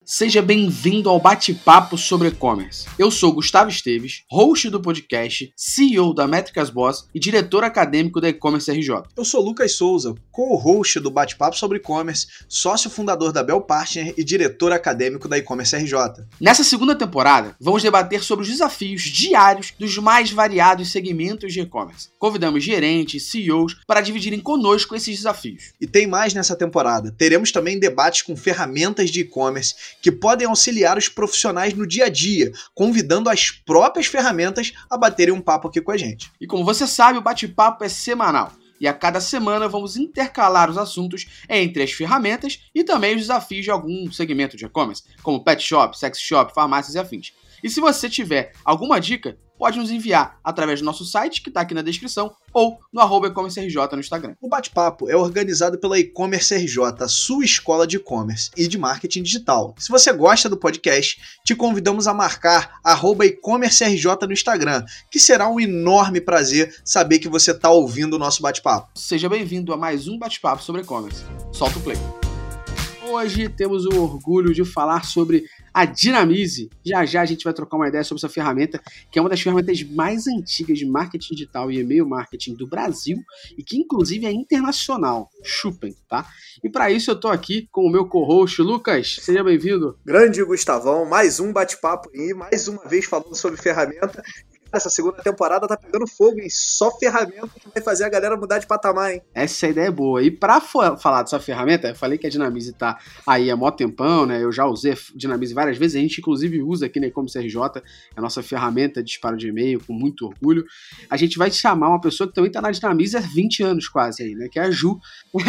Seja bem-vindo ao bate-papo sobre e-commerce. Eu sou Gustavo Esteves, host do podcast, CEO da Métricas Boss e diretor acadêmico da E-Commerce RJ. Eu sou Lucas Souza, co-host do bate-papo sobre e-commerce, sócio fundador da Bell Partner e diretor acadêmico da E-Commerce RJ. Nessa segunda temporada, vamos debater sobre os desafios diários dos mais variados segmentos de e-commerce. Convidamos gerentes, CEOs para dividirem conosco esses desafios. E tem mais nessa temporada. Teremos também debates com ferramentas de e-commerce que podem auxiliar os profissionais no dia a dia, convidando as próprias ferramentas a baterem um papo aqui com a gente. E como você sabe, o bate-papo é semanal. E a cada semana vamos intercalar os assuntos entre as ferramentas e também os desafios de algum segmento de e-commerce, como pet shop, sex shop, farmácias e afins. E se você tiver alguma dica, pode nos enviar através do nosso site, que está aqui na descrição, ou no @e-commercerj no Instagram. O bate-papo é organizado pela E-Commerce RJ, a sua escola de e-commerce e de marketing digital. Se você gosta do podcast, te convidamos a marcar @e-commercerj no Instagram, que será um enorme prazer saber que você está ouvindo o nosso bate-papo. Seja bem-vindo a mais um bate-papo sobre e-commerce. Solta o play. Hoje temos o orgulho de falar sobre a Dinamize. Já a gente vai trocar uma ideia sobre essa ferramenta, que é uma das ferramentas mais antigas de marketing digital e e-mail marketing do Brasil e que inclusive é internacional. Chupem, tá? E para isso eu tô aqui com o meu co-host, Lucas. Seja bem-vindo. Grande Gustavão, mais um bate-papo aí, mais uma vez falando sobre ferramenta. Essa segunda temporada tá pegando fogo, hein? Só ferramenta que vai fazer a galera mudar de patamar, hein? Essa ideia é boa. E pra falar dessa ferramenta, eu falei que a Dinamize tá aí há mó tempão, né? Eu já usei a Dinamize várias vezes. A gente, inclusive, usa aqui na E-Commerce RJ, a nossa ferramenta de disparo de e-mail, com muito orgulho. A gente vai chamar uma pessoa que também tá na Dinamize há 20 anos quase aí, né? Que é a Ju.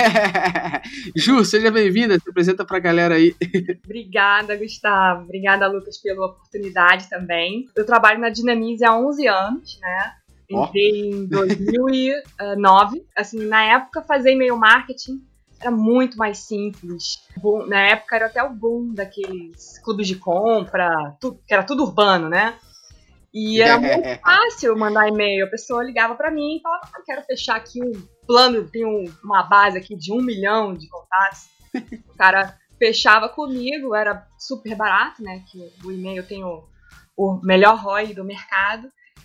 Ju, seja bem-vinda. Se apresenta pra galera aí. Obrigada, Gustavo. Obrigada, Lucas, pela oportunidade também. Eu trabalho na Dinamize há 11 anos, né? Entrei em 2009. Assim, na época, fazer e-mail marketing era muito mais simples. Na época, era até o boom daqueles clubes de compra, que era tudo urbano, né? E era muito fácil mandar e-mail. A pessoa ligava para mim e falava, quero fechar aqui um plano, tenho uma base aqui de 1 milhão de contatos. O cara fechava comigo, era super barato, né? Que o e-mail tem o melhor ROI do mercado.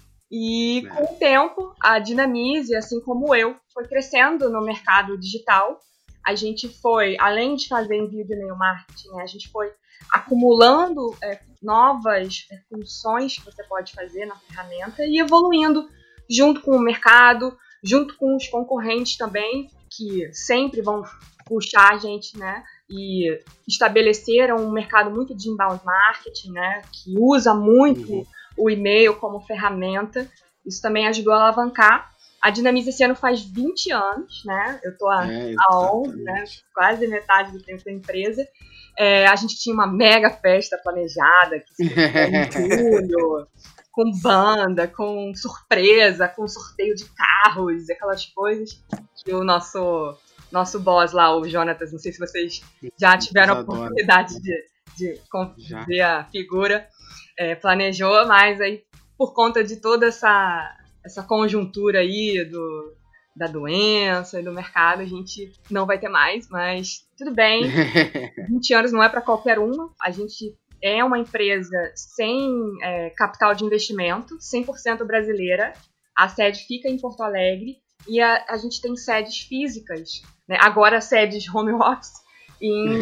E com o tempo, a Dinamize, assim como eu, foi crescendo no mercado digital. A gente foi, além de fazer envio de e-mail marketing, né, a gente foi acumulando novas funções que você pode fazer na ferramenta e evoluindo junto com o mercado, junto com os concorrentes também, que sempre vão puxar a gente, né? E estabeleceram um mercado muito de inbound marketing, né? Que usa muito o e-mail como ferramenta. Isso também ajudou a alavancar. A Dinamize esse ano faz 20 anos, né? Eu tô há 11, né? Quase metade do tempo da empresa. A gente tinha uma mega festa planejada, que se em julho, com banda, com surpresa, com sorteio de carros, aquelas coisas que o nosso boss lá, o Jonatas, não sei se vocês já tiveram a oportunidade de ver a figura, planejou, mas aí por conta de toda essa conjuntura aí da doença e do mercado, a gente não vai ter mais, mas tudo bem, 20 anos não é para qualquer uma, a gente é uma empresa sem capital de investimento, 100% brasileira, a sede fica em Porto Alegre e a gente tem sedes físicas, né? Agora sedes home office em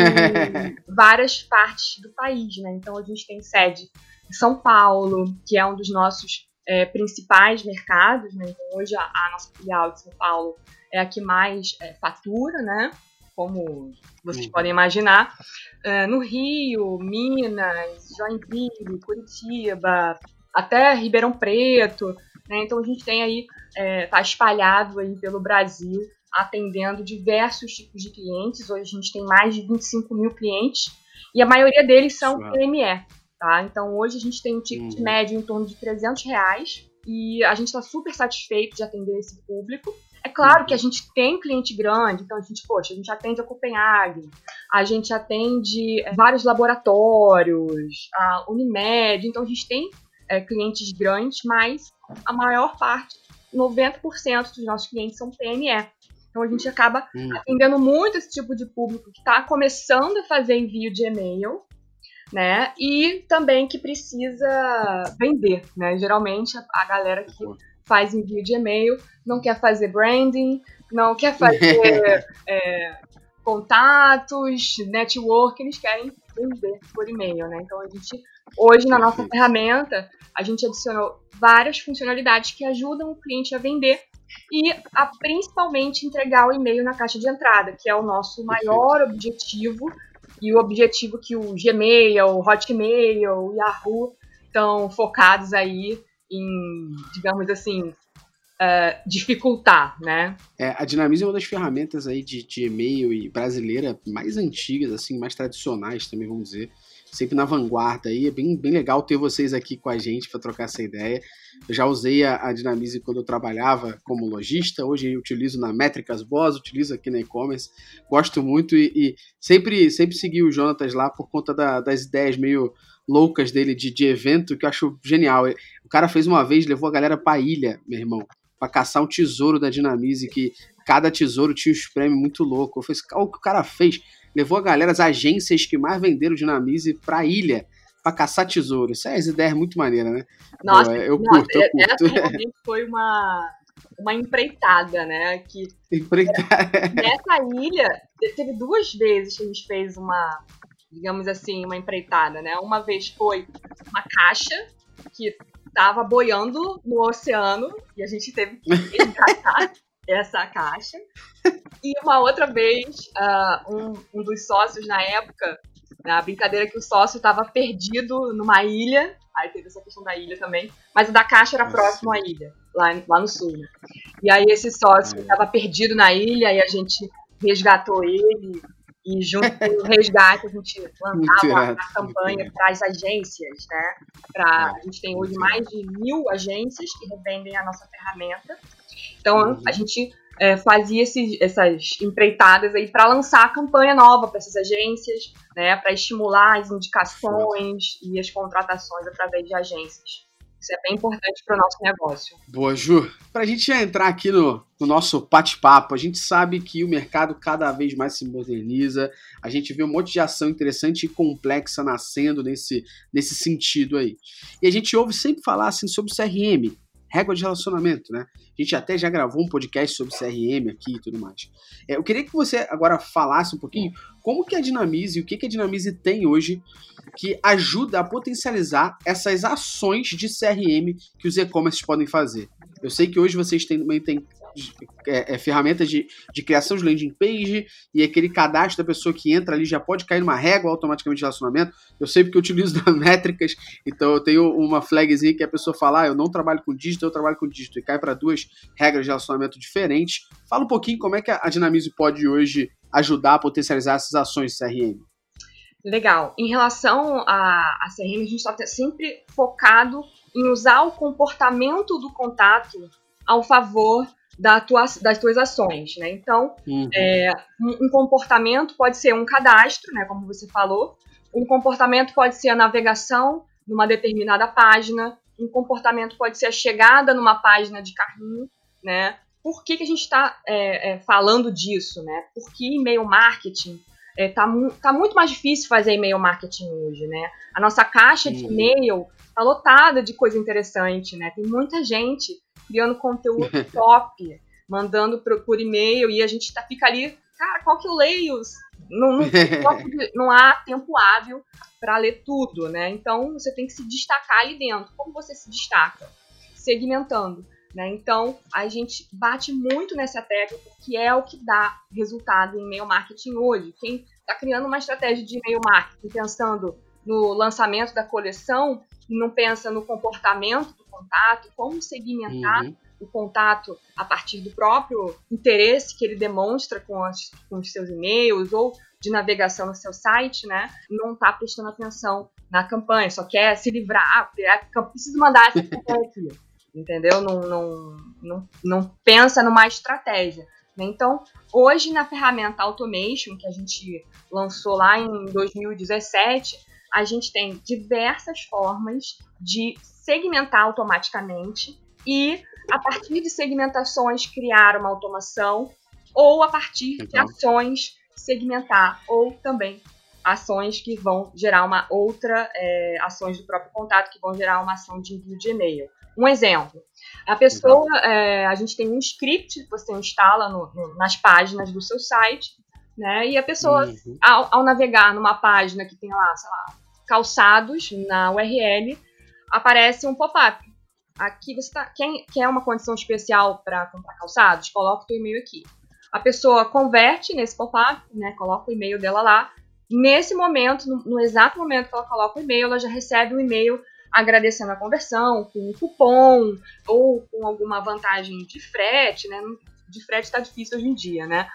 várias partes do país, né? Então a gente tem sede em São Paulo, que é um dos nossos principais mercados, né? Então hoje a nossa filial de São Paulo é a que mais fatura, né? Como vocês podem imaginar. No Rio, Minas, Joinville, Curitiba, até Ribeirão Preto, né? Então a gente tem aí, tá espalhado aí pelo Brasil, atendendo diversos tipos de clientes. Hoje a gente tem mais de 25 mil clientes e a maioria deles são PME, tá? Então hoje a gente tem um ticket médio em torno de R$300 e a gente está super satisfeito de atender esse público. É claro que a gente tem cliente grande, então a gente atende a Copenhague, a gente atende vários laboratórios, a Unimed, então a gente tem clientes grandes, mas a maior parte, 90% dos nossos clientes são PME. Então a gente acaba atendendo muito esse tipo de público que está começando a fazer envio de e-mail, né? E também que precisa vender, né? Geralmente a galera que faz envio de e-mail não quer fazer branding, não quer fazer contatos, network, eles querem vender por e-mail, né? Então a gente, hoje na nossa ferramenta, a gente adicionou várias funcionalidades que ajudam o cliente a vender e a principalmente entregar o e-mail na caixa de entrada, que é o nosso maior objetivo e o objetivo que o Gmail, o Hotmail, o Yahoo estão focados aí em, digamos assim, dificultar, né? A Dinamize é uma das ferramentas aí de e-mail e brasileira mais antigas, assim, mais tradicionais também, vamos dizer. Sempre na vanguarda aí, é bem legal ter vocês aqui com a gente para trocar essa ideia. Eu já usei a Dinamize quando eu trabalhava como lojista, hoje eu utilizo na Métricas Boss, utilizo aqui na e-commerce, gosto muito e sempre segui o Jonatas lá por conta das ideias meio loucas dele de evento, que eu acho genial. O cara fez uma vez, levou a galera pra ilha, meu irmão, pra caçar um tesouro da Dinamize, que cada tesouro tinha uns prêmios muito loucos. Eu falei, olha o que o cara fez. Levou a galera, as agências que mais venderam Dinamize pra ilha, pra caçar tesouro. Isso é as ideias muito maneiras, né? Nossa, eu curto. Essa realmente foi uma empreitada, né? Nessa ilha, teve 2 vezes que a gente fez uma, digamos assim, uma empreitada, né? Uma vez foi uma caixa que estava boiando no oceano e a gente teve que resgatar essa caixa. E uma outra vez, um dos sócios na época, na brincadeira que o sócio estava perdido numa ilha, aí teve essa questão da ilha também, mas o da caixa era próximo à ilha, lá no sul, né? E aí esse sócio estava perdido na ilha e a gente resgatou ele, e junto com o resgate a gente lançava a campanha para as agências, né? A gente tem hoje mais de 1.000 agências que revendem a nossa ferramenta. Então a gente fazia essas empreitadas aí para lançar a campanha nova para essas agências, né? Para estimular as indicações e as contratações através de agências. Isso é bem importante para o nosso negócio. Boa, Ju. Para a gente já entrar aqui no nosso bate-papo, a gente sabe que o mercado cada vez mais se moderniza, a gente vê um monte de ação interessante e complexa nascendo nesse sentido aí. E a gente ouve sempre falar assim, sobre CRM, régua de relacionamento, né? A gente até já gravou um podcast sobre CRM aqui e tudo mais. Eu queria que você agora falasse um pouquinho como que a Dinamize, o que a Dinamize tem hoje que ajuda a potencializar essas ações de CRM que os e-commerces podem fazer. Eu sei que hoje vocês também têm ferramentas de criação de landing page e aquele cadastro da pessoa que entra ali já pode cair numa régua automaticamente de relacionamento. Eu sei porque eu utilizo das métricas, então eu tenho uma flagzinha que a pessoa fala, eu não trabalho com dígito, eu trabalho com dígito, e cai para 2 regras de relacionamento diferentes. Fala um pouquinho como é que a Dinamize pode hoje ajudar a potencializar essas ações de CRM. Legal. Em relação a CRM, a gente está sempre focado em usar o Comportamento do Contato ao favor das tuas ações, né? Então, um comportamento pode ser um cadastro, né, como você falou. Um comportamento pode ser a navegação numa determinada página. Um comportamento pode ser a chegada numa página de carrinho, né? Por que a gente está falando disso, né? Porque e-mail marketing tá muito mais difícil fazer e-mail marketing hoje, né? A nossa caixa de e-mail tá lotada de coisa interessante, né? Tem muita gente criando conteúdo top, mandando por e-mail, e a gente fica ali, cara, qual que eu leio? Não há tempo hábil para ler tudo, né? Então, você tem que se destacar ali dentro. Como você se destaca? Segmentando, né? Então, a gente bate muito nessa tecla, porque é o que dá resultado em e-mail marketing hoje. Quem está criando uma estratégia de e-mail marketing pensando no lançamento da coleção e não pensa no comportamento do contato, como segmentar o contato a partir do próprio interesse que ele demonstra com os seus e-mails ou de navegação no seu site, né? Não está prestando atenção na campanha, só quer se livrar, preciso mandar essa campanha aqui, entendeu? Não pensa numa estratégia, né? Então, hoje na ferramenta Automation, que a gente lançou lá em 2017, a gente tem diversas formas de segmentar automaticamente e, a partir de segmentações, criar uma automação ou, a partir de ações, segmentar ou também ações que vão gerar uma outra, ações do próprio contato que vão gerar uma ação de envio de e-mail. Um exemplo, a pessoa, a gente tem um script que você instala nas páginas do seu site, né? E a pessoa, ao navegar numa página que tem lá, sei lá, calçados, na URL, aparece um pop-up. Aqui você quer uma condição especial para comprar calçados? Coloca o teu e-mail aqui. A pessoa converte nesse pop-up, né? Coloca o e-mail dela lá. Nesse momento, no exato momento que ela coloca o e-mail, ela já recebe um e-mail agradecendo a conversão, com um cupom ou com alguma vantagem de frete, né? De frete tá difícil hoje em dia, né?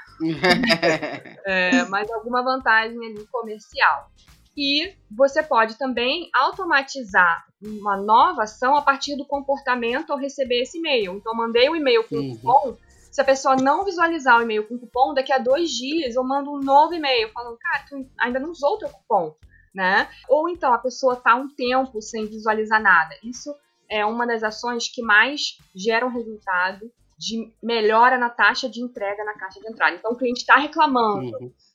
Mas alguma vantagem ali comercial. E você pode também automatizar uma nova ação a partir do comportamento ao receber esse e-mail. Então, mandei o e-mail com o cupom. Se a pessoa não visualizar o e-mail com cupom, daqui a 2 dias eu mando um novo e-mail falando, cara, tu ainda não usou o teu cupom, né? Ou então a pessoa está um tempo sem visualizar nada. Isso é uma das ações que mais geram resultado de melhora na taxa de entrega na caixa de entrada. Então o cliente está reclamando,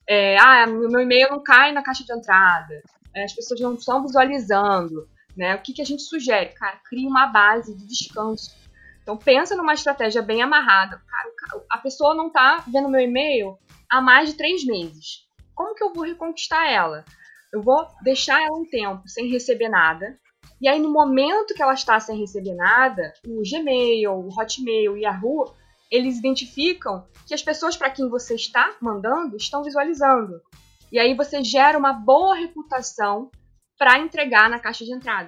meu e-mail não cai na caixa de entrada, as pessoas não estão visualizando, né? O que a gente sugere? Cara, cria uma base de descanso. Então pensa numa estratégia bem amarrada. Cara, a pessoa não está vendo meu e-mail há mais de 3 meses. Como que eu vou reconquistar ela? Eu vou deixar ela um tempo sem receber nada. E aí, no momento que ela está sem receber nada, o Gmail, o Hotmail, o Yahoo, eles identificam que as pessoas para quem você está mandando estão visualizando. E aí você gera uma boa reputação para entregar na caixa de entrada.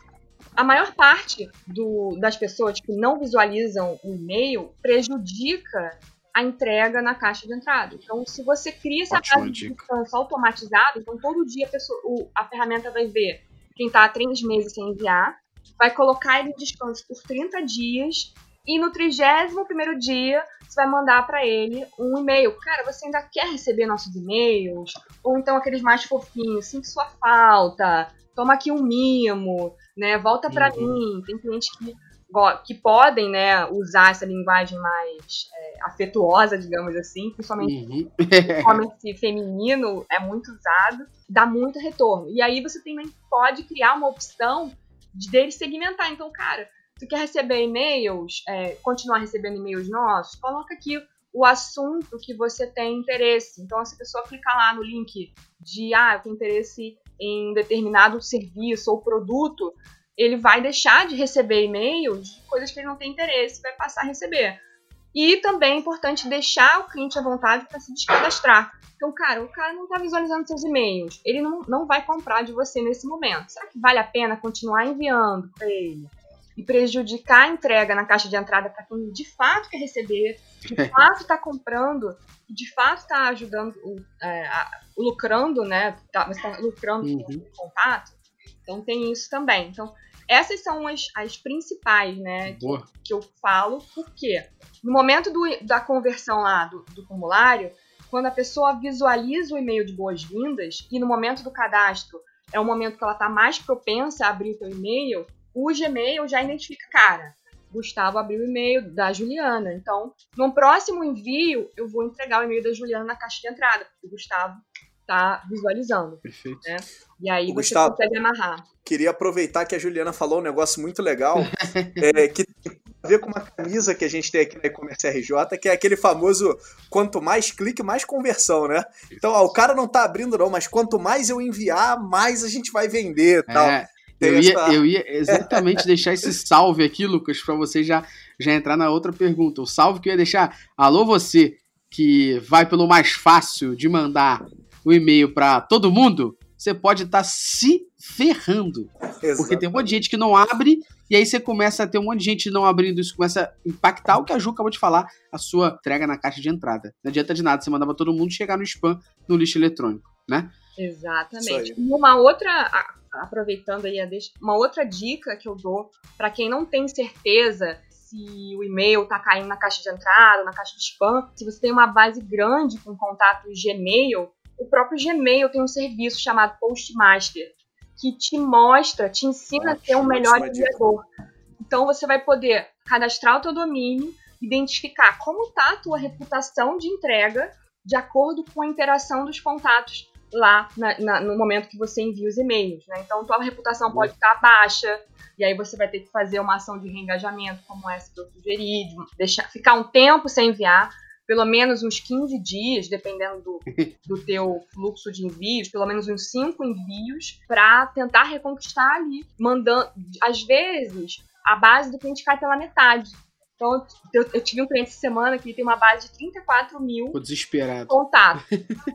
A maior parte das pessoas que não visualizam o e-mail prejudica a entrega na caixa de entrada. Então, se você cria essa base de descanso automatizada, então todo dia a ferramenta vai ver quem está há 3 meses sem enviar, vai colocar ele em descanso por 30 dias e no 31º dia você vai mandar para ele um e-mail. Cara, você ainda quer receber nossos e-mails? Ou então aqueles mais fofinhos, sinto sua falta, toma aqui um mimo, né? Volta para mim. Tem clientes que podem, né, usar essa linguagem mais afetuosa, digamos assim, principalmente o e-commerce feminino é muito usado, dá muito retorno. E aí você também pode criar uma opção dele segmentar. Então, cara, tu quer receber e-mails, continuar recebendo e-mails nossos? Coloca aqui o assunto que você tem interesse. Então, se a pessoa clicar lá no link de, eu tenho interesse em determinado serviço ou produto, ele vai deixar de receber e-mails de coisas que ele não tem interesse, vai passar a receber. E também é importante deixar o cliente à vontade para se descadastrar. Então, o cara não está visualizando seus e-mails, ele não vai comprar de você nesse momento. Será que vale a pena continuar enviando para ele e prejudicar a entrega na caixa de entrada para quem de fato quer receber, de fato está comprando, de fato está ajudando, lucrando, né? Você está lucrando com o contato. Então tem isso também. Então essas são as principais, né, que eu falo, porque no momento da conversão lá do formulário, quando a pessoa visualiza o e-mail de boas-vindas e no momento do cadastro é o momento que ela está mais propensa a abrir o teu e-mail, o Gmail já identifica, cara, Gustavo abriu o e-mail da Juliana. Então, no próximo envio, eu vou entregar o e-mail da Juliana na caixa de entrada, porque o Gustavo tá visualizando. Perfeito. Né? E aí você Gustavo, consegue amarrar. Queria aproveitar que a Juliana falou um negócio muito legal, que tem a ver com uma camisa que a gente tem aqui na E-Commerce RJ, que é aquele famoso quanto mais clique, mais conversão, né? Então, o cara não tá abrindo não, mas quanto mais eu enviar, mais a gente vai vender e tal. Eu ia exatamente deixar esse salve aqui, Lucas, para você já entrar na outra pergunta. O salve que eu ia deixar, alô você que vai pelo mais fácil de mandar o e-mail para todo mundo, você pode estar se ferrando. Exatamente. Porque tem um monte de gente que não abre, e aí você começa a ter um monte de gente não abrindo, isso começa a impactar o que a Ju acabou de falar, a sua entrega na caixa de entrada. Não adianta de nada você mandar para todo mundo chegar no spam, no lixo eletrônico, né? Exatamente. E uma outra, aproveitando aí, uma outra dica que eu dou para quem não tem certeza se o e-mail tá caindo na caixa de entrada, na caixa de spam, se você tem uma base grande com contato Gmail, o próprio Gmail tem um serviço chamado Postmaster, que te ensina a ser um melhor enviador. Então você vai poder cadastrar o teu domínio, identificar como está a tua reputação de entrega de acordo com a interação dos contatos lá no momento que você envia os e-mails, né? Então, tua reputação pode estar baixa, e aí você vai ter que fazer uma ação de reengajamento, como essa que eu sugeri, ficar um tempo sem enviar, pelo menos uns 15 dias, dependendo do teu fluxo de envios, pelo menos uns 5 envios, para tentar reconquistar ali, mandando, às vezes, a base do cliente cai pela metade. Então, eu tive um cliente essa semana que tem uma base de 34 mil contatos.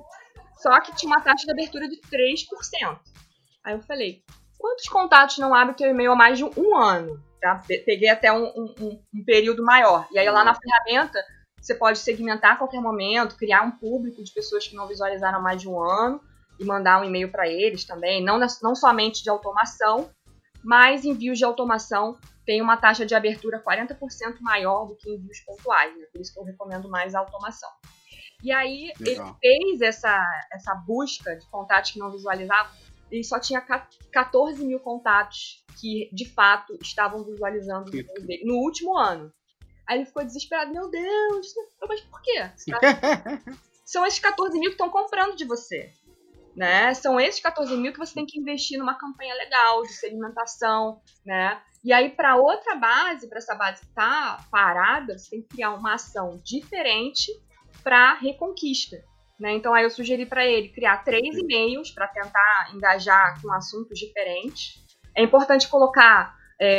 Só que tinha uma taxa de abertura de 3%. Aí eu falei, quantos contatos não abrem o teu e-mail há mais de um ano? Tá? Peguei até um período maior. E aí lá na ferramenta, você pode segmentar a qualquer momento, criar um público de pessoas que não visualizaram há mais de um ano e mandar um e-mail para eles também. Não somente de automação, mas envios de automação têm uma taxa de abertura 40% maior do que envios pontuais. Né? Por isso que eu recomendo mais a automação. E aí, Legal. Ele fez essa busca de contatos que não visualizavam, ele só tinha 14 mil contatos que, de fato, estavam visualizando no último ano. Aí ele ficou desesperado, meu Deus, mas por quê? São esses 14 mil que estão comprando de você. Né? São esses 14 mil que você tem que investir numa campanha legal de segmentação, né? E aí, para outra base, para essa base que está parada, você tem que criar uma ação diferente para reconquista, né? Então aí eu sugeri para ele criar 3 e-mails para tentar engajar com assuntos diferentes. É importante colocar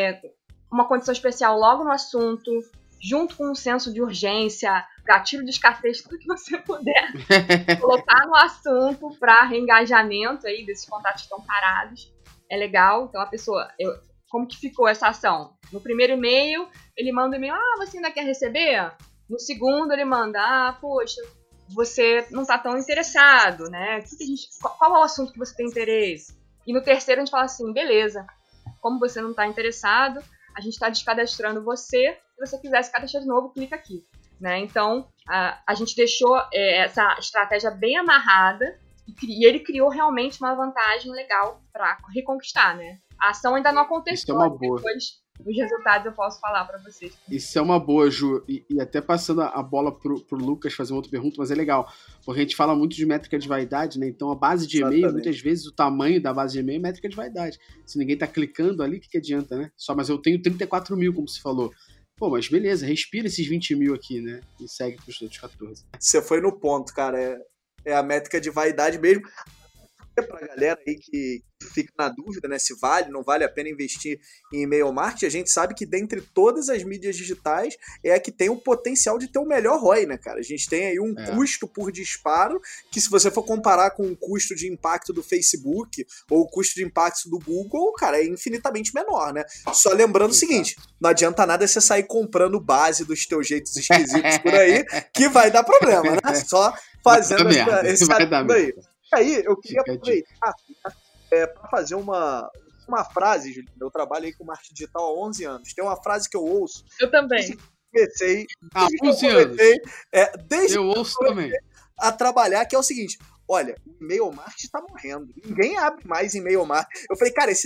uma condição especial logo no assunto, junto com um senso de urgência, gatilho de escassez, tudo que você puder colocar no assunto para reengajamento aí desses contatos que estão parados. É legal. Então a pessoa, como que ficou essa ação? No primeiro e-mail, ele manda um e-mail, você ainda quer receber? No segundo, ele manda, poxa, você não está tão interessado, né? Qual é o assunto que você tem interesse? E no terceiro, a gente fala assim, beleza, como você não está interessado, a gente está descadastrando você. Se você quiser se cadastrar de novo, clica aqui. Né? Então, a gente deixou essa estratégia bem amarrada e ele criou realmente uma vantagem legal para reconquistar. Né? A ação ainda não aconteceu. Isso é uma boa. Depois dos resultados eu posso falar para vocês. Isso é uma boa, Ju. E até passando a bola pro Lucas fazer uma outra pergunta, mas é legal. Porque a gente fala muito de métrica de vaidade, né? Então a base de e-mail, muitas vezes o tamanho da base de e-mail é métrica de vaidade. Se ninguém tá clicando ali, o que adianta, né? Mas eu tenho 34 mil, como você falou. Pô, mas beleza, respira esses 20 mil aqui, né? E segue pros outros 14. Você foi no ponto, cara. É a métrica de vaidade mesmo. Pra galera aí que fica na dúvida, né, se vale, não vale a pena investir em e-mail marketing, a gente sabe que dentre todas as mídias digitais é a que tem o potencial de ter o melhor ROI, né, cara? A gente tem aí um custo por disparo que, se você for comparar com o custo de impacto do Facebook ou o custo de impacto do Google, cara, é infinitamente menor, né? Só lembrando o seguinte, não adianta nada você sair comprando base dos teus jeitos esquisitos por aí, que vai dar problema, né? Só fazendo esse adendo aí. Aí, eu queria aproveitar para fazer uma frase, Juliana. Eu trabalho aí com marketing digital há 11 anos. Tem uma frase que eu ouço. Eu também. Comecei. Há 11 anos. Desde eu ouço também. A trabalhar, que é o seguinte. Olha, o e-mail marketing tá morrendo. Ninguém abre mais e-mail marketing. Eu falei, cara, esse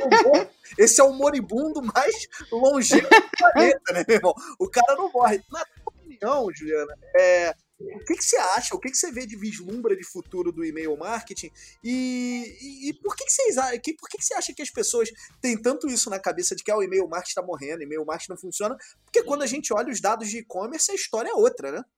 é o moribundo mais longevo do planeta, né, meu irmão? O cara não morre. Na tua opinião, Juliana, o que você acha? O que você vê de vislumbra de futuro do e-mail marketing? E por que você acha que as pessoas têm tanto isso na cabeça de que o e-mail marketing está morrendo, e-mail marketing não funciona? Porque quando a gente olha os dados de e-commerce, a história é outra, né?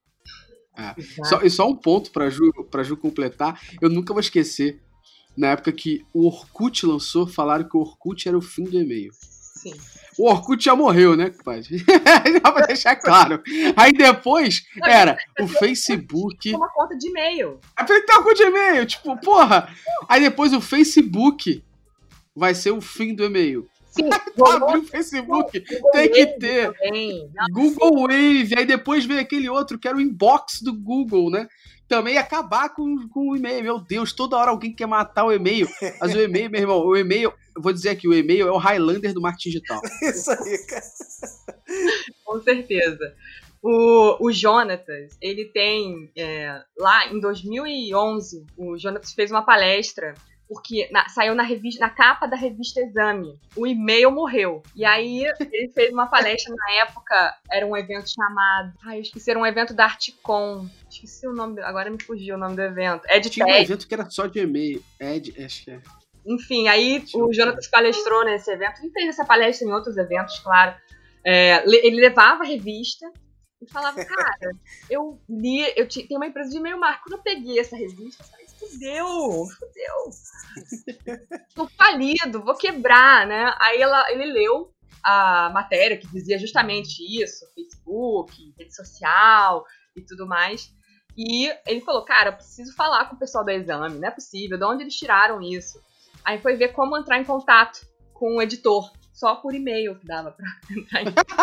Só um ponto pra Ju completar. Eu nunca vou esquecer, na época que o Orkut lançou, falaram que o Orkut era o fim do e-mail. Sim. O Orkut já morreu, né, compadre? Já pra deixar claro. Aí depois era o Facebook. Uma conta de e-mail. Aí falei, tem uma conta de e-mail, tipo, porra. Aí depois o Facebook vai ser o fim do e-mail. Sim, pra abrir o Facebook tem que ter Google Wave. Aí depois veio aquele outro que era o inbox do Google, né? Também ia acabar com o e-mail. Meu Deus, toda hora alguém quer matar o e-mail. Mas o e-mail, meu irmão, eu vou dizer aqui, o e-mail é o Highlander do marketing digital. Isso aí, cara. Com certeza. O Jonatas, ele tem, lá em 2011, o Jonatas fez uma palestra porque saiu na capa da revista Exame. O e-mail morreu. E aí ele fez uma palestra na época, era um evento chamado... eu esqueci, era um evento da Articon. Esqueci o nome, agora me fugiu o nome do evento. Tinha um evento que era só de e-mail. Acho que é. Enfim, aí o Jonatas palestrou nesse evento. Ele fez essa palestra em outros eventos, claro. Ele levava a revista e falava, cara, eu tenho uma empresa de e-mail marketing. Quando eu peguei essa revista, eu falei, fudeu. Tô falido, vou quebrar, né? Aí ele leu a matéria que dizia justamente isso, Facebook, rede social e tudo mais. E ele falou, cara, eu preciso falar com o pessoal do Exame, não é possível, de onde eles tiraram isso? Aí foi ver como entrar em contato com o editor, só por e-mail que dava pra entrar em contato.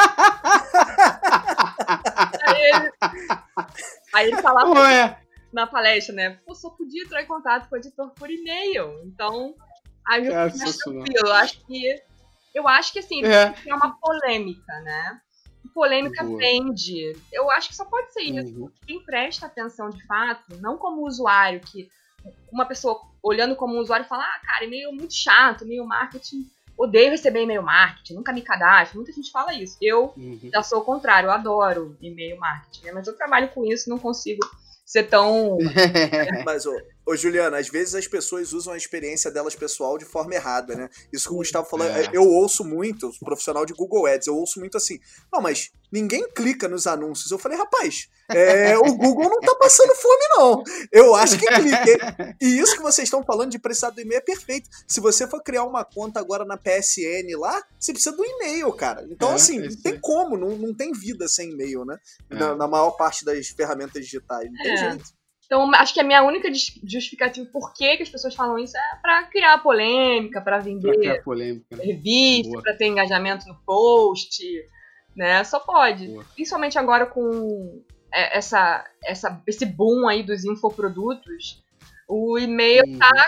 Aí ele falava na palestra, né? Pô, só podia entrar em contato com o editor por e-mail. Então, aí eu fiquei mais tranquilo. Eu acho que assim, é uma polêmica, né? Polêmica vende. Eu acho que só pode ser isso. Quem presta atenção de fato, não como usuário, que uma pessoa olhando como usuário fala, cara, e-mail muito chato, e-mail marketing, odeio receber e-mail marketing, nunca me cadastro. Muita gente fala isso. Eu já sou o contrário, eu adoro e-mail marketing, né? Mas eu trabalho com isso, não consigo ser tão... Mas, ô Juliana, às vezes as pessoas usam a experiência delas pessoal de forma errada, né? Isso que o Gustavo falou, eu ouço muito, profissional de Google Ads, eu ouço muito assim, não, mas ninguém clica nos anúncios. Eu falei, rapaz, o Google não tá passando fome, não. Eu acho que clica. E isso que vocês estão falando de precisar do e-mail é perfeito. Se você for criar uma conta agora na PSN lá, você precisa do e-mail, cara. Então, assim, não tem como, não tem vida sem e-mail, né? Na maior parte das ferramentas digitais, não tem jeito. Então, acho que a minha única justificativa por que as pessoas falam isso é pra criar polêmica, pra vender revista, pra ter engajamento no post, né? Só pode. Boa. Principalmente agora com esse boom aí dos infoprodutos, o e-mail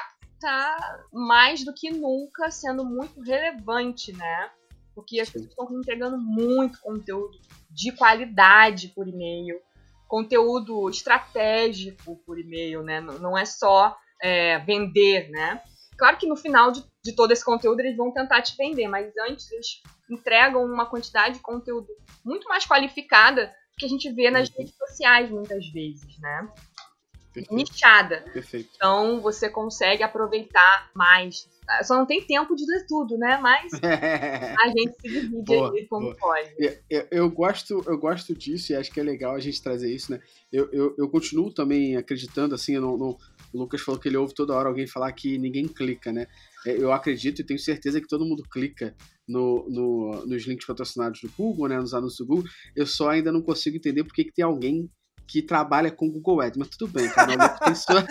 tá mais do que nunca sendo muito relevante, né? Porque as pessoas estão entregando muito conteúdo de qualidade por e-mail, conteúdo estratégico por e-mail, né? Não é só vender, né? Claro que no final de todo esse conteúdo eles vão tentar te vender, mas antes eles entregam uma quantidade de conteúdo muito mais qualificada que a gente vê nas redes sociais muitas vezes, né? Perfeito. Nichada. Perfeito. Então você consegue aproveitar mais. Só não tem tempo de ler tudo, né? Mas a gente se divide aí como pode. Eu gosto disso e acho que é legal a gente trazer isso, né? Eu continuo também acreditando, assim, o Lucas falou que ele ouve toda hora alguém falar que ninguém clica, né? Eu acredito e tenho certeza que todo mundo clica nos links patrocinados do Google, né? Nos anúncios do Google. Eu só ainda não consigo entender por que tem alguém que trabalha com Google Ads, mas tudo bem, cada louco tem sua...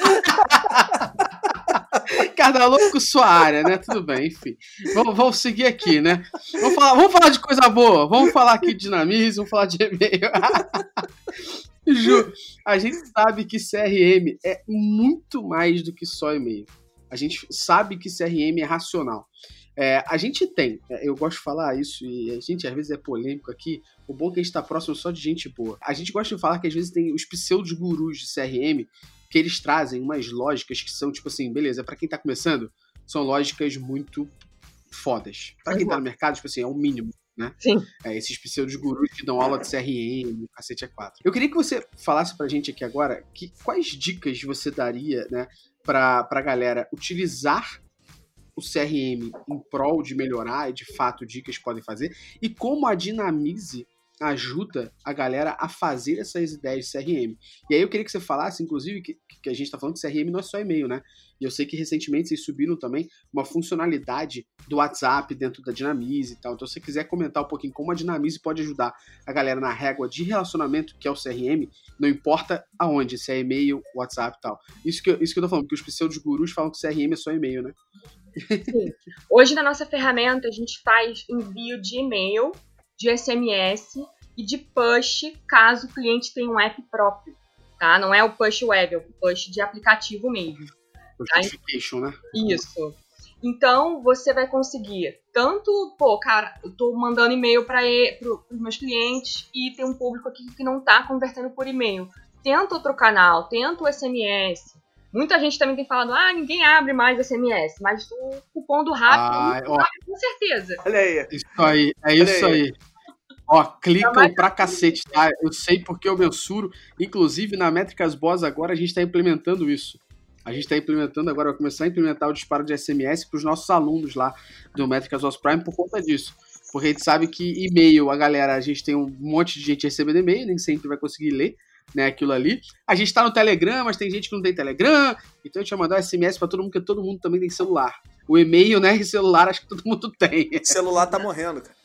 cada louco com sua área, né? Tudo bem, enfim. Vamos seguir aqui, né? Vamos falar de coisa boa, vamos falar aqui de dinamismo, vamos falar de e-mail. Ju, a gente sabe que CRM é muito mais do que só e-mail. A gente sabe que CRM é racional. A gente tem, eu gosto de falar isso e a gente às vezes é polêmico aqui, o bom é que a gente tá próximo só de gente boa. A gente gosta de falar que às vezes tem os pseudo-gurus de CRM que eles trazem umas lógicas que são tipo assim, beleza, pra quem tá começando, são lógicas muito fodas. Pra quem tá no mercado, tipo assim, é o mínimo, né? Sim. Esses pseudo-gurus que dão aula de CRM, cacete A4. Eu queria que você falasse pra gente aqui agora quais dicas você daria, né, pra galera utilizar o CRM em prol de melhorar e de fato dicas podem fazer e como a Dinamize ajuda a galera a fazer essas ideias de CRM. E aí eu queria que você falasse, inclusive, que a gente está falando que CRM não é só e-mail, né? E eu sei que recentemente vocês subiram também uma funcionalidade do WhatsApp dentro da Dinamize e tal. Então se você quiser comentar um pouquinho como a Dinamize pode ajudar a galera na régua de relacionamento, que é o CRM, não importa aonde, se é e-mail, WhatsApp e tal. Isso que eu tô falando, porque os pseudo-gurus falam que CRM é só e-mail, né? Sim. Hoje na nossa ferramenta a gente faz envio de e-mail, de SMS e de push, caso o cliente tenha um app próprio, tá? Não é o push web, é o push de aplicativo mesmo. Notification, né? Isso. Então, você vai conseguir tanto, cara, eu tô mandando e-mail para os meus clientes e tem um público aqui que não tá convertendo por e-mail. Tenta outro canal, tenta o SMS, Muita gente também tem falado, ninguém abre mais SMS, mas o cupom do Rappi, com certeza. Olha aí. Isso aí, isso aí. Ó, clicam pra cacete, tá? Eu sei porque eu mensuro. Inclusive, na Métricas Boss agora, a gente tá implementando isso. A gente tá implementando agora, vai começar a implementar o disparo de SMS pros nossos alunos lá do Métricas Boss Prime por conta disso. Porque a gente sabe que e-mail, a gente tem um monte de gente recebendo e-mail, nem sempre vai conseguir ler, né, aquilo ali. A gente tá no Telegram, mas tem gente que não tem Telegram, então a gente vai mandar um SMS pra todo mundo, porque todo mundo também tem celular. O e-mail, né, e celular, acho que todo mundo tem. O celular tá morrendo, cara.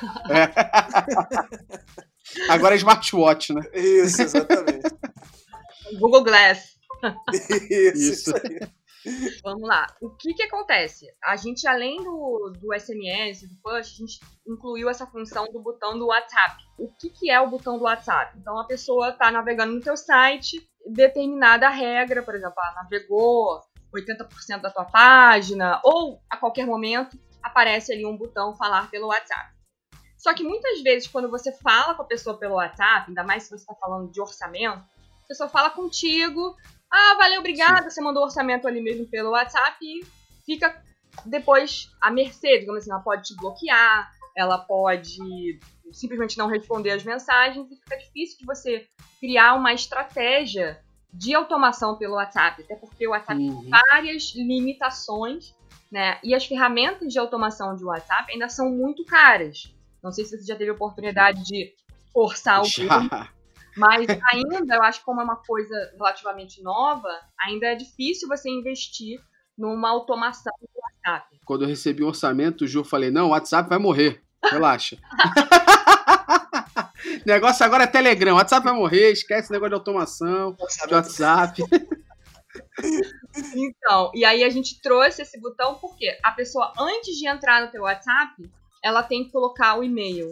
Agora é smartwatch, né? Isso, exatamente. Google Glass. Isso aí. Vamos lá. O que acontece? A gente, além do SMS, do push, a gente incluiu essa função do botão do WhatsApp. O que é o botão do WhatsApp? Então, a pessoa está navegando no teu site, determinada regra, por exemplo, navegou 80% da tua página, ou a qualquer momento aparece ali um botão falar pelo WhatsApp. Só que muitas vezes, quando você fala com a pessoa pelo WhatsApp, ainda mais se você está falando de orçamento, a pessoa fala contigo, valeu, obrigada, você mandou o orçamento ali mesmo pelo WhatsApp e fica depois à mercê, digamos assim, ela pode te bloquear, ela pode simplesmente não responder as mensagens e fica difícil de você criar uma estratégia de automação pelo WhatsApp, até porque o WhatsApp tem várias limitações, né? E as ferramentas de automação de WhatsApp ainda são muito caras. Não sei se você já teve a oportunidade de orçar algum, mas ainda, eu acho que como é uma coisa relativamente nova, ainda é difícil você investir numa automação do WhatsApp. Quando eu recebi o orçamento, o Ju, falei, não, o WhatsApp vai morrer, relaxa. O negócio agora é Telegram, o WhatsApp vai morrer, esquece o negócio de automação, de WhatsApp. Então, e aí a gente trouxe esse botão porque a pessoa, antes de entrar no teu WhatsApp, ela tem que colocar o e-mail.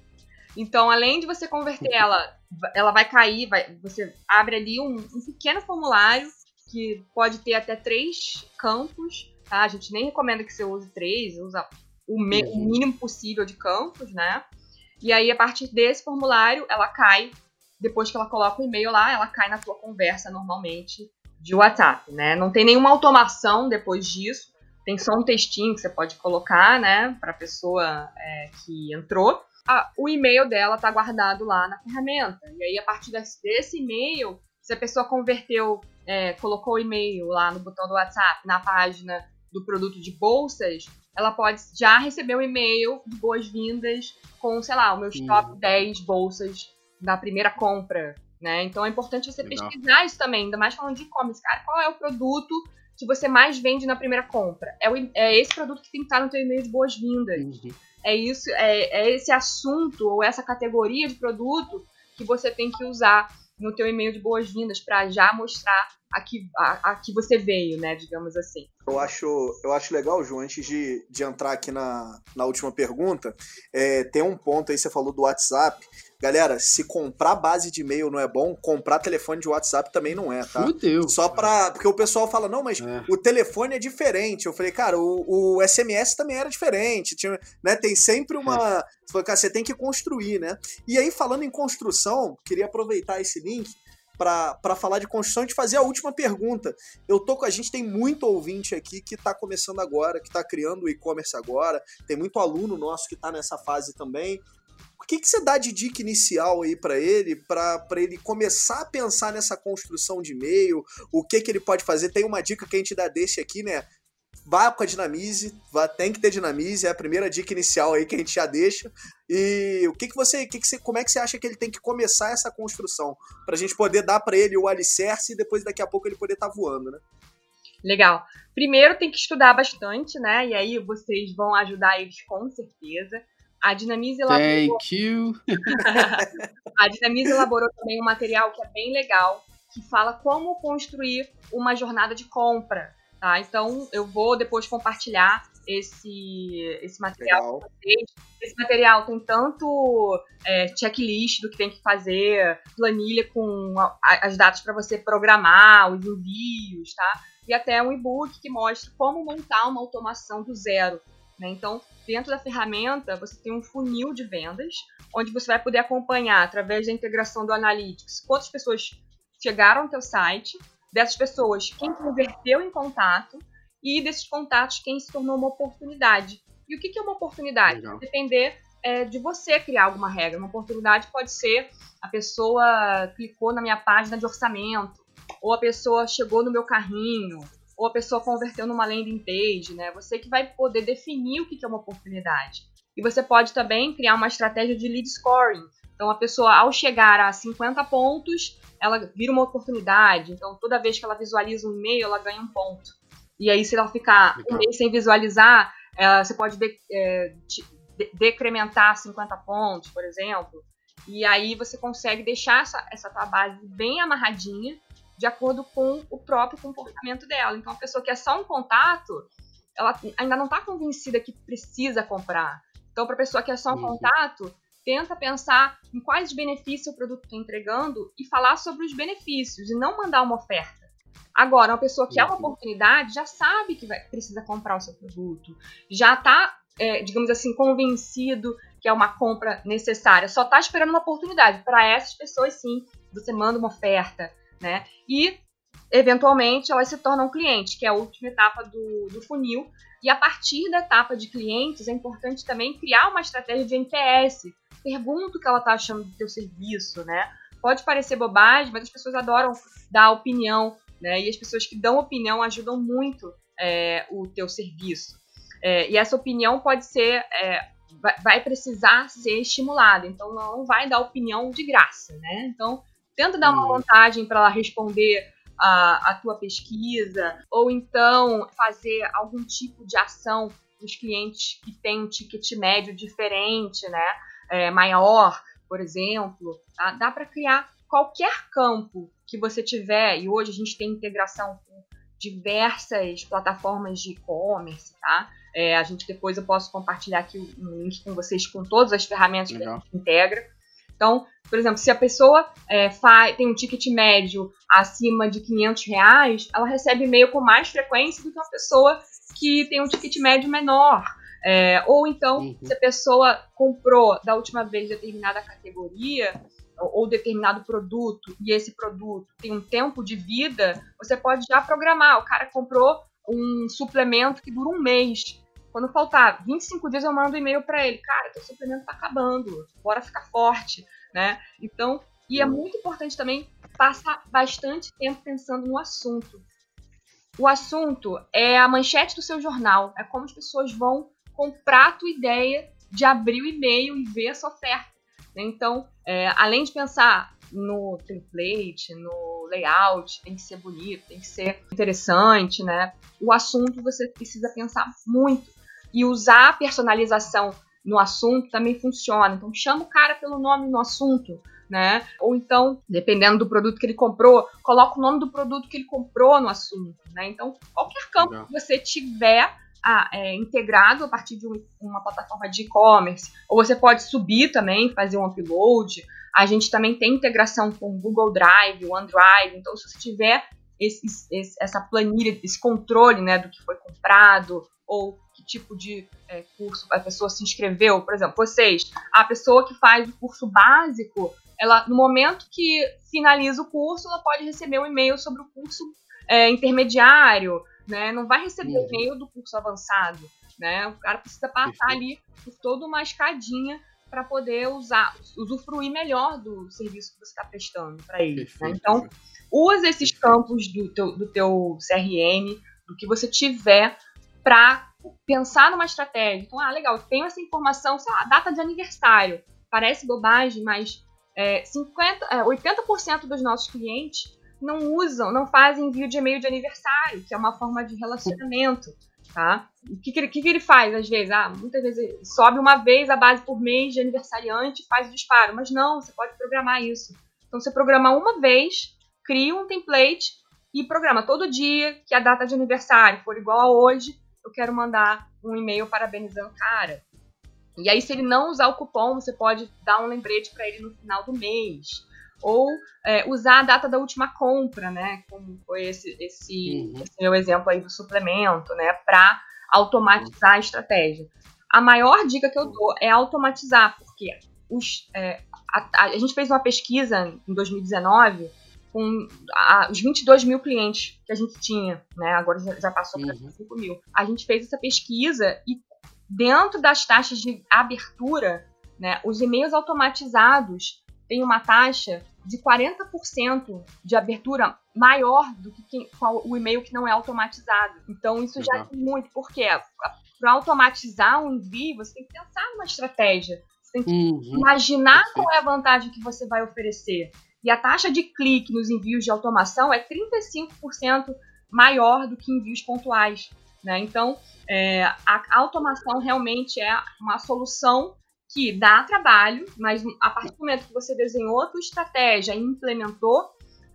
Então, além de você converter ela vai cair, você abre ali um pequeno formulário que pode ter até 3 campos, tá? A gente nem recomenda que você use 3, usa o mínimo possível de campos, né? E aí, a partir desse formulário, ela cai, depois que ela coloca o e-mail lá, ela cai na tua conversa normalmente de WhatsApp, né? Não tem nenhuma automação depois disso, tem só um textinho que você pode colocar, né, para a pessoa que entrou. O e-mail dela está guardado lá na ferramenta. E aí, a partir desse e-mail, se a pessoa converteu, colocou o e-mail lá no botão do WhatsApp, na página do produto de bolsas, ela pode já receber um e-mail de boas-vindas com, sei lá, os meus top 10 bolsas da primeira compra, né? Então, é importante você pesquisar isso também, ainda mais falando de e-commerce. Cara, qual é o produto que você mais vende na primeira compra? É esse produto que tem que estar no teu e-mail de boas-vindas. É isso, é esse assunto ou essa categoria de produto que você tem que usar no teu e-mail de boas-vindas para já mostrar a que você veio, né, digamos assim. Eu acho legal, Ju, antes de entrar aqui na última pergunta, tem um ponto aí, você falou do WhatsApp. Galera, se comprar base de e-mail não é bom, comprar telefone de WhatsApp também não é, tá? Fudeu. Porque o pessoal fala, não, mas o telefone é diferente. Eu falei, cara, o SMS também era diferente. Tinha, né, tem sempre uma... Você falou, cara, você tem que construir, né? E aí, falando em construção, queria aproveitar esse link para falar de construção e te fazer a última pergunta. A gente tem muito ouvinte aqui que está começando agora, que está criando o e-commerce agora, tem muito aluno nosso que está nessa fase também. O que você dá de dica inicial aí para ele começar a pensar nessa construção de e-mail? O que ele pode fazer? Tem uma dica que a gente dá desse aqui, né? Vá com a Dinamize, tem que ter Dinamize, é a primeira dica inicial aí que a gente já deixa. E como é que você acha que ele tem que começar essa construção? Pra gente poder dar para ele o alicerce e depois daqui a pouco ele poder estar voando, né? Legal. Primeiro tem que estudar bastante, né? E aí vocês vão ajudar eles com certeza. A Dinamize elaborou... Thank you. A Dinamize elaborou também um material que é bem legal, que fala como construir uma jornada de compra. Tá? Então, eu vou depois compartilhar esse material com vocês. Esse material tem tanto checklist do que tem que fazer, planilha com as datas para você programar, os envios, tá? E até um e-book que mostra como montar uma automação do zero. Né? Então, dentro da ferramenta, você tem um funil de vendas, onde você vai poder acompanhar, através da integração do Analytics, quantas pessoas chegaram ao teu site, dessas pessoas quem converteu em contato e desses contatos quem se tornou uma oportunidade. E o que é uma oportunidade? Legal. Depender de você criar alguma regra. Uma oportunidade pode ser a pessoa clicou na minha página de orçamento, ou a pessoa chegou no meu carrinho, ou a pessoa converteu numa landing page, né? Você que vai poder definir o que é uma oportunidade. E você pode também criar uma estratégia de lead scoring. Então, a pessoa, ao chegar a 50 pontos, ela vira uma oportunidade. Então, toda vez que ela visualiza um e-mail, ela ganha um ponto. E aí, se ela ficar um mês sem visualizar, você pode decrementar 50 pontos, por exemplo. E aí, você consegue deixar essa tua base bem amarradinha, de acordo com o próprio comportamento dela. Então, a pessoa que é só um contato, ela ainda não está convencida que precisa comprar. Então, para a pessoa que é só um contato, tenta pensar em quais benefícios o produto está entregando e falar sobre os benefícios, e não mandar uma oferta. Agora, uma pessoa que é uma oportunidade já sabe que precisa comprar o seu produto, já está, digamos assim, convencido que é uma compra necessária, só está esperando uma oportunidade. Para essas pessoas, sim, você manda uma oferta, né? E, eventualmente, elas se tornam clientes, que é a última etapa do funil. E a partir da etapa de clientes, é importante também criar uma estratégia de NPS. Pergunta o que ela está achando do teu serviço, né? Pode parecer bobagem, mas as pessoas adoram dar opinião, né? E as pessoas que dão opinião ajudam muito o teu serviço. E essa opinião pode ser... vai precisar ser estimulada. Então, não vai dar opinião de graça, né? Então, tenta dar uma vantagem para ela responder a tua pesquisa, ou então fazer algum tipo de ação dos clientes que têm um ticket médio diferente, né? Maior, por exemplo. Tá? Dá para criar qualquer campo que você tiver, e hoje a gente tem integração com diversas plataformas de e-commerce, tá? Depois eu posso compartilhar aqui um link com vocês com todas as ferramentas que a gente integra. Então, por exemplo, se a pessoa tem um ticket médio acima de R$500, ela recebe e-mail com mais frequência do que uma pessoa que tem um ticket médio menor. Ou então, se a pessoa comprou da última vez determinada categoria ou determinado produto, e esse produto tem um tempo de vida, você pode já programar. O cara comprou um suplemento que dura um mês. Quando faltar 25 dias, eu mando um e-mail para ele. Cara, teu suplemento tá acabando, bora ficar forte, né? Então, e é muito importante também passar bastante tempo pensando no assunto. O assunto é a manchete do seu jornal, é como as pessoas vão comprar a tua ideia de abrir o e-mail e ver essa oferta. Então, além de pensar no template, no layout, tem que ser bonito, tem que ser interessante, né? O assunto você precisa pensar muito. E usar a personalização no assunto também funciona. Então, chama o cara pelo nome no assunto, né? Ou então, dependendo do produto que ele comprou, coloca o nome do produto que ele comprou no assunto, né? Então, qualquer campo que você tiver integrado a partir de uma plataforma de e-commerce, ou você pode subir também, fazer um upload. A gente também tem integração com o Google Drive, o OneDrive. Então, se você tiver essa planilha, esse controle, né, do que foi comprado, ou que tipo de curso a pessoa se inscreveu. Por exemplo, a pessoa que faz o curso básico, ela, no momento que finaliza o curso, ela pode receber um e-mail sobre o curso intermediário, né? Não vai receber o e-mail do curso avançado, né? O cara precisa passar ali por toda uma escadinha para poder usufruir melhor do serviço que você está prestando para ele. Né? Então, usa esses campos do teu CRM, do que você tiver, para pensar numa estratégia. Então, legal, tenho essa informação, sei lá, data de aniversário. Parece bobagem, mas 80% dos nossos clientes não fazem envio de e-mail de aniversário, que é uma forma de relacionamento, tá? O que ele faz, às vezes? Muitas vezes sobe uma vez a base por mês de aniversariante e faz o disparo, mas não, você pode programar isso. Então, você programa uma vez, cria um template e programa todo dia que a data de aniversário for igual a hoje, eu quero mandar um e-mail parabenizando o cara. E aí, se ele não usar o cupom, você pode dar um lembrete para ele no final do mês. Ou usar a data da última compra, né? Como foi esse meu exemplo aí do suplemento, né? Para automatizar a estratégia. A maior dica que eu dou é automatizar, porque a gente fez uma pesquisa em 2019 com os 22 mil clientes que a gente tinha, né? Agora já passou para 5 mil. A gente fez essa pesquisa e dentro das taxas de abertura, né, os e-mails automatizados têm uma taxa de 40% de abertura maior do que o e-mail que não é automatizado. Então, isso já é muito. Por quê? Para automatizar um envio, você tem que pensar numa estratégia. Você tem que imaginar qual é a vantagem que você vai oferecer. E a taxa de clique nos envios de automação é 35% maior do que envios pontuais, né? Então, a automação realmente é uma solução que dá trabalho, mas a partir do momento que você desenhou a sua estratégia e implementou,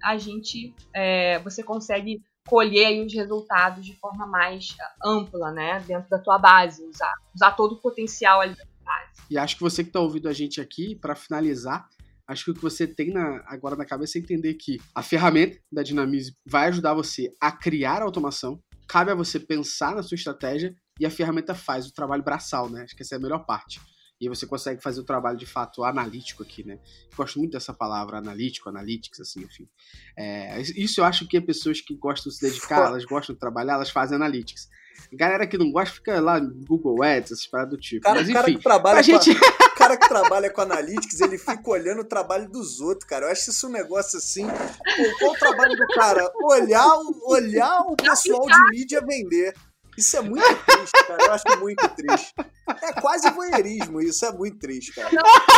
você consegue colher aí os resultados de forma mais ampla, né? Dentro da tua base, usar todo o potencial ali da tua base. E acho que você que está ouvindo a gente aqui, para finalizar, acho que o que você tem agora na cabeça é entender que a ferramenta da Dynamize vai ajudar você a criar a automação, cabe a você pensar na sua estratégia e a ferramenta faz o trabalho braçal, né? Acho que essa é a melhor parte. E aí você consegue fazer o trabalho, de fato, analítico aqui, né? Gosto muito dessa palavra, analítico, analytics, assim, enfim. Isso eu acho que pessoas que gostam de se dedicar, elas gostam de trabalhar, elas fazem analytics. Galera que não gosta fica lá no Google Ads, essas paradas do tipo. Mas, enfim, o cara que trabalha com analytics, ele fica olhando o trabalho dos outros, cara. Eu acho isso um negócio assim... qual o trabalho do cara? Olhar o pessoal de mídia vender. Isso é muito triste, cara. Eu acho muito triste. É quase voyeurismo isso. É muito triste, cara.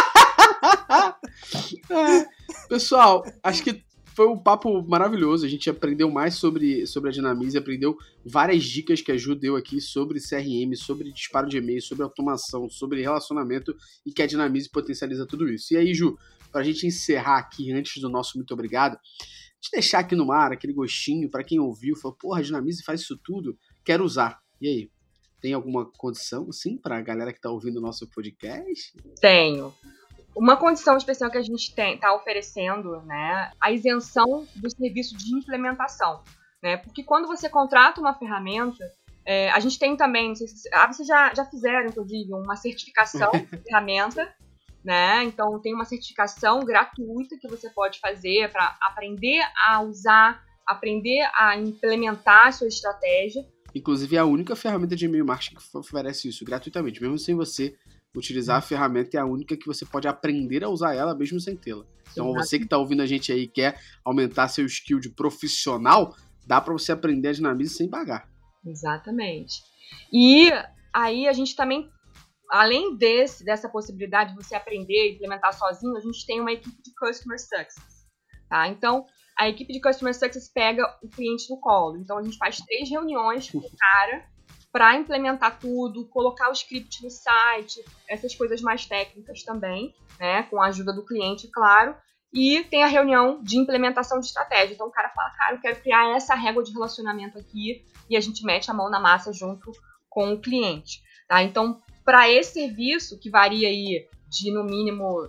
Pessoal, acho que foi um papo maravilhoso. A gente aprendeu mais sobre a Dynamize, aprendeu várias dicas que a Ju deu aqui sobre CRM, sobre disparo de e-mail, sobre automação, sobre relacionamento e que a Dynamize potencializa tudo isso. E aí, Ju, pra gente encerrar aqui, antes do nosso muito obrigado, te deixar aqui no ar aquele gostinho pra quem ouviu, falou, porra, a Dynamize faz isso tudo, quero usar. E aí, tem alguma condição, assim, pra galera que tá ouvindo o nosso podcast? Tenho. Uma condição especial que a gente está oferecendo, né, a isenção do serviço de implementação, né, porque quando você contrata uma ferramenta, a gente tem também, não sei se vocês já fizeram, inclusive, uma certificação de ferramenta, né, então tem uma certificação gratuita que você pode fazer para aprender a usar, aprender a implementar a sua estratégia. Inclusive, é a única ferramenta de e-mail marketing que oferece isso gratuitamente, mesmo sem você utilizar a ferramenta, é a única que você pode aprender a usar ela mesmo sem tê-la. Então, você que está ouvindo a gente aí e quer aumentar seu skill de profissional, dá para você aprender a Dynamize sem pagar. Exatamente. E aí a gente também, além dessa possibilidade de você aprender e implementar sozinho, a gente tem uma equipe de Customer Success. Tá? Então, a equipe de Customer Success pega o cliente no colo. Então, a gente faz 3 reuniões com o cara para implementar tudo, colocar o script no site, essas coisas mais técnicas também, né, com a ajuda do cliente, claro. E tem a reunião de implementação de estratégia. Então, o cara fala, cara, eu quero criar essa régua de relacionamento aqui, e a gente mete a mão na massa junto com o cliente. Tá? Então, para esse serviço, que varia aí de, no mínimo,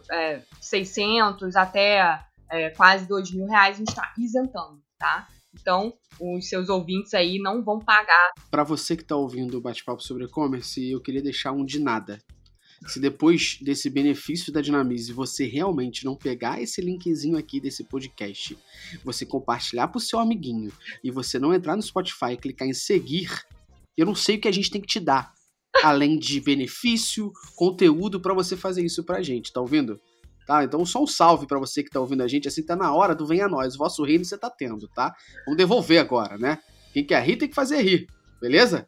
600 até quase R$2.000, a gente está isentando, tá? Então, os seus ouvintes aí não vão pagar. Para você que está ouvindo o Bate-Papo sobre e-commerce, eu queria deixar um de nada. Se depois desse benefício da Dynamize você realmente não pegar esse linkzinho aqui desse podcast, você compartilhar pro seu amiguinho e você não entrar no Spotify e clicar em seguir, eu não sei o que a gente tem que te dar. Além de benefício, conteúdo para você fazer isso pra gente, tá ouvindo? Tá? Então só um salve pra você que tá ouvindo a gente, assim tá na hora do Venha Nós, o vosso reino você tá tendo, tá? Vamos devolver agora, né? Quem quer rir tem que fazer rir, beleza?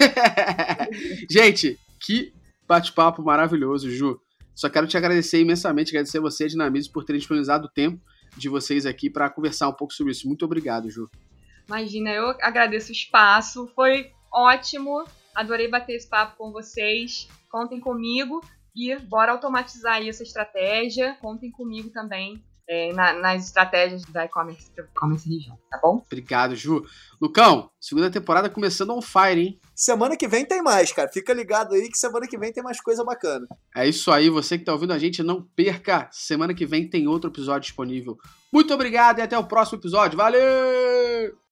Gente, que bate-papo maravilhoso, Ju. Só quero te agradecer imensamente, agradecer a você, Dynamize, por terem disponibilizado o tempo de vocês aqui para conversar um pouco sobre isso. Muito obrigado, Ju. Imagina, eu agradeço o espaço, foi ótimo, adorei bater esse papo com vocês, contem comigo. E bora automatizar aí essa estratégia. Contem comigo também nas estratégias da e-commerce região, tá bom? Obrigado, Ju. Lucão, segunda temporada começando on fire, hein? Semana que vem tem mais, cara. Fica ligado aí que semana que vem tem mais coisa bacana. É isso aí, você que tá ouvindo a gente, não perca. Semana que vem tem outro episódio disponível. Muito obrigado e até o próximo episódio. Valeu!